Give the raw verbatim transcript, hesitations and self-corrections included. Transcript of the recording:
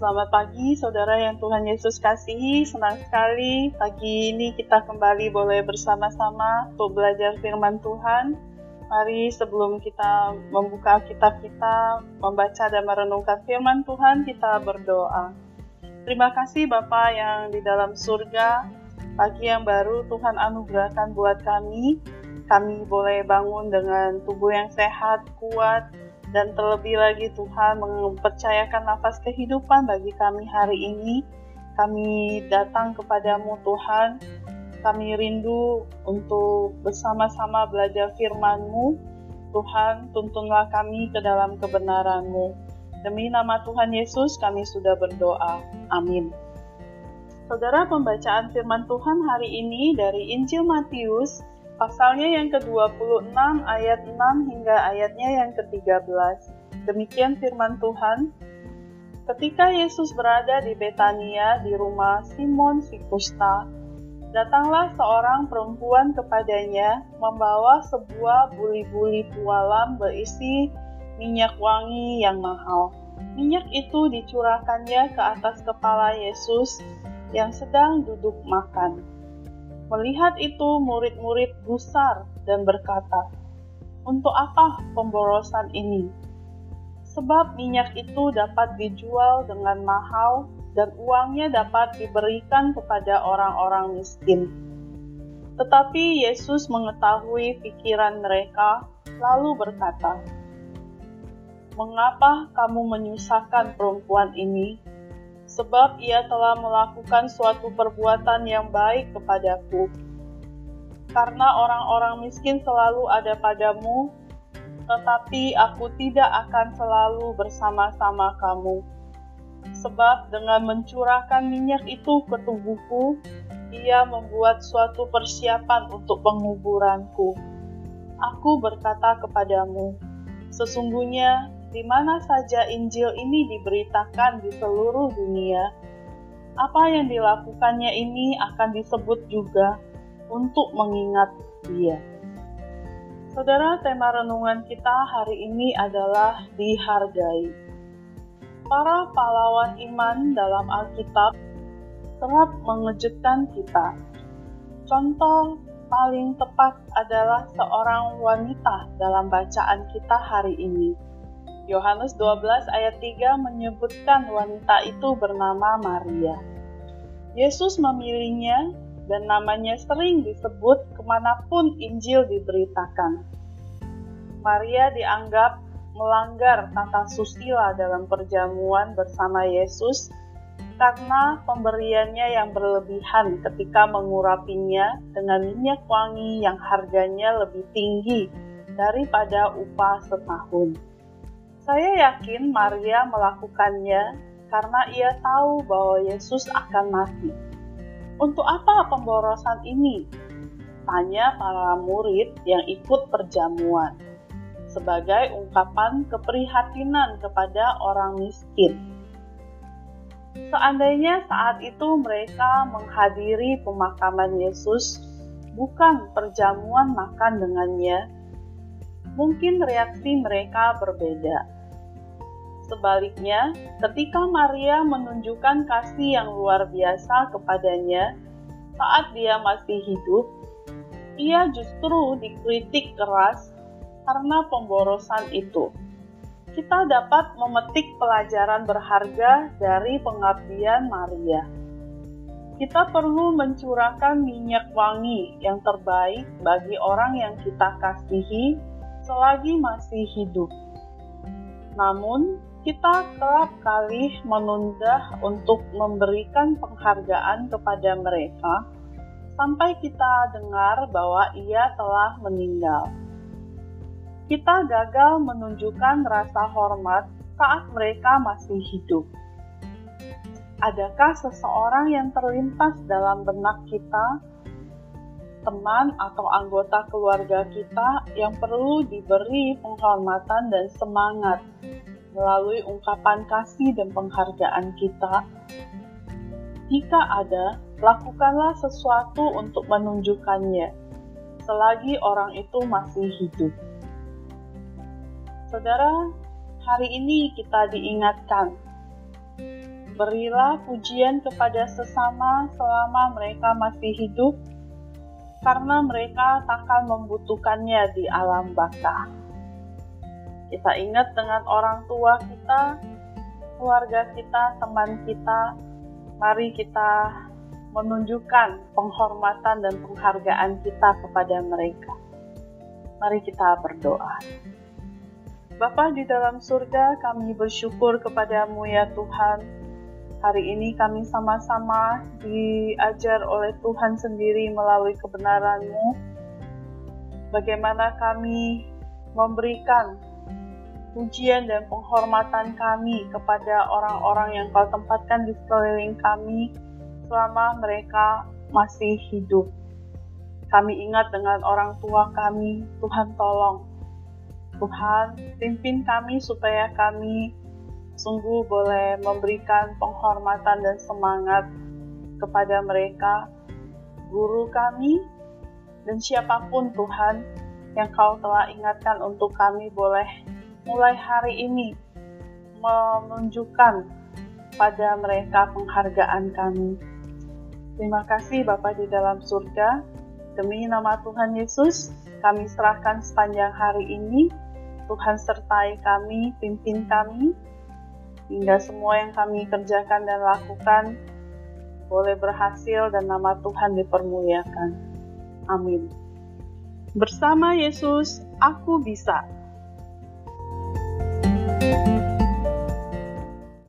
Selamat pagi saudara yang Tuhan Yesus kasihi, senang sekali pagi ini kita kembali boleh bersama-sama untuk belajar firman Tuhan. Mari sebelum kita membuka kitab kita, membaca dan merenungkan firman Tuhan, kita berdoa. Terima kasih Bapa yang di dalam surga, pagi yang baru Tuhan anugerahkan buat kami. Kami boleh bangun dengan tubuh yang sehat, kuat, dan terlebih lagi Tuhan mempercayakan nafas kehidupan bagi kami hari ini. Kami datang kepadamu Tuhan, kami rindu untuk bersama-sama belajar firman-Mu. Tuhan, tuntunlah kami ke dalam kebenaran-Mu. Demi nama Tuhan Yesus kami sudah berdoa. Amin. Saudara, pembacaan firman Tuhan hari ini dari Injil Matius, pasalnya yang ke dua puluh enam, ayat enam hingga ayatnya yang ke tiga belas. Demikian firman Tuhan. Ketika Yesus berada di Betania di rumah Simon si Kusta, datanglah seorang perempuan kepadanya membawa sebuah buli-buli pualam berisi minyak wangi yang mahal. Minyak itu dicurahkannya ke atas kepala Yesus yang sedang duduk makan. Melihat itu, murid-murid gusar dan berkata, "Untuk apa pemborosan ini? Sebab minyak itu dapat dijual dengan mahal dan uangnya dapat diberikan kepada orang-orang miskin." Tetapi Yesus mengetahui pikiran mereka, lalu berkata, "Mengapa kamu menyusahkan perempuan ini? Sebab ia telah melakukan suatu perbuatan yang baik kepadaku. Karena orang-orang miskin selalu ada padamu, tetapi aku tidak akan selalu bersama-sama kamu. Sebab dengan mencurahkan minyak itu ke tubuhku, ia membuat suatu persiapan untuk penguburanku. Aku berkata kepadamu, sesungguhnya di mana saja Injil ini diberitakan di seluruh dunia, apa yang dilakukannya ini akan disebut juga untuk mengingat Dia." Saudara, tema renungan kita hari ini adalah dihargai. Para pahlawan iman dalam Alkitab kerap mengejutkan kita. Contoh paling tepat adalah seorang wanita dalam bacaan kita hari ini. Yohanes dua belas ayat tiga menyebutkan wanita itu bernama Maria. Yesus memilihnya dan namanya sering disebut kemanapun Injil diberitakan. Maria dianggap melanggar tata susila dalam perjamuan bersama Yesus karena pemberiannya yang berlebihan ketika mengurapinya dengan minyak wangi yang harganya lebih tinggi daripada upah setahun. Saya yakin Maria melakukannya karena ia tahu bahwa Yesus akan mati. "Untuk apa pemborosan ini?" tanya para murid yang ikut perjamuan, sebagai ungkapan keprihatinan kepada orang miskin. Seandainya saat itu mereka menghadiri pemakaman Yesus, bukan perjamuan makan dengannya, mungkin reaksi mereka berbeda. Sebaliknya, ketika Maria menunjukkan kasih yang luar biasa kepadanya saat dia masih hidup, ia justru dikritik keras karena pemborosan itu. Kita dapat memetik pelajaran berharga dari pengabdian Maria. Kita perlu mencurahkan minyak wangi yang terbaik bagi orang yang kita kasihi selagi masih hidup. Namun, kita kerap kali menunda untuk memberikan penghargaan kepada mereka sampai kita dengar bahwa ia telah meninggal. Kita gagal menunjukkan rasa hormat saat mereka masih hidup. Adakah seseorang yang terlintas dalam benak kita, teman atau anggota keluarga kita yang perlu diberi penghormatan dan semangat melalui ungkapan kasih dan penghargaan kita? Jika ada, lakukanlah sesuatu untuk menunjukkannya, selagi orang itu masih hidup. Saudara, hari ini kita diingatkan Berilah pujian kepada sesama selama mereka masih hidup, karena mereka takkan membutuhkannya di alam baka. Kita ingat dengan orang tua kita, keluarga kita, teman kita, mari kita menunjukkan penghormatan dan penghargaan kita kepada mereka. Mari kita berdoa. Bapa di dalam surga, kami bersyukur kepadamu ya Tuhan. Hari ini kami sama-sama diajar oleh Tuhan sendiri melalui kebenaran-Mu, bagaimana kami memberikan pujian dan penghormatan kami kepada orang-orang yang Kau tempatkan di sekeliling kami selama mereka masih hidup. Kami ingat dengan orang tua kami, Tuhan tolong. Tuhan, pimpin kami supaya kami sungguh boleh memberikan penghormatan dan semangat kepada mereka, guru kami, dan siapapun Tuhan yang Kau telah ingatkan untuk kami boleh mulai hari ini menunjukkan pada mereka penghargaan kami. Terima kasih Bapa di dalam surga, demi nama Tuhan Yesus, kami serahkan sepanjang hari ini. Tuhan sertai kami, pimpin kami, hingga semua yang kami kerjakan dan lakukan boleh berhasil dan nama Tuhan dipermuliakan. Amin. Bersama Yesus, aku bisa.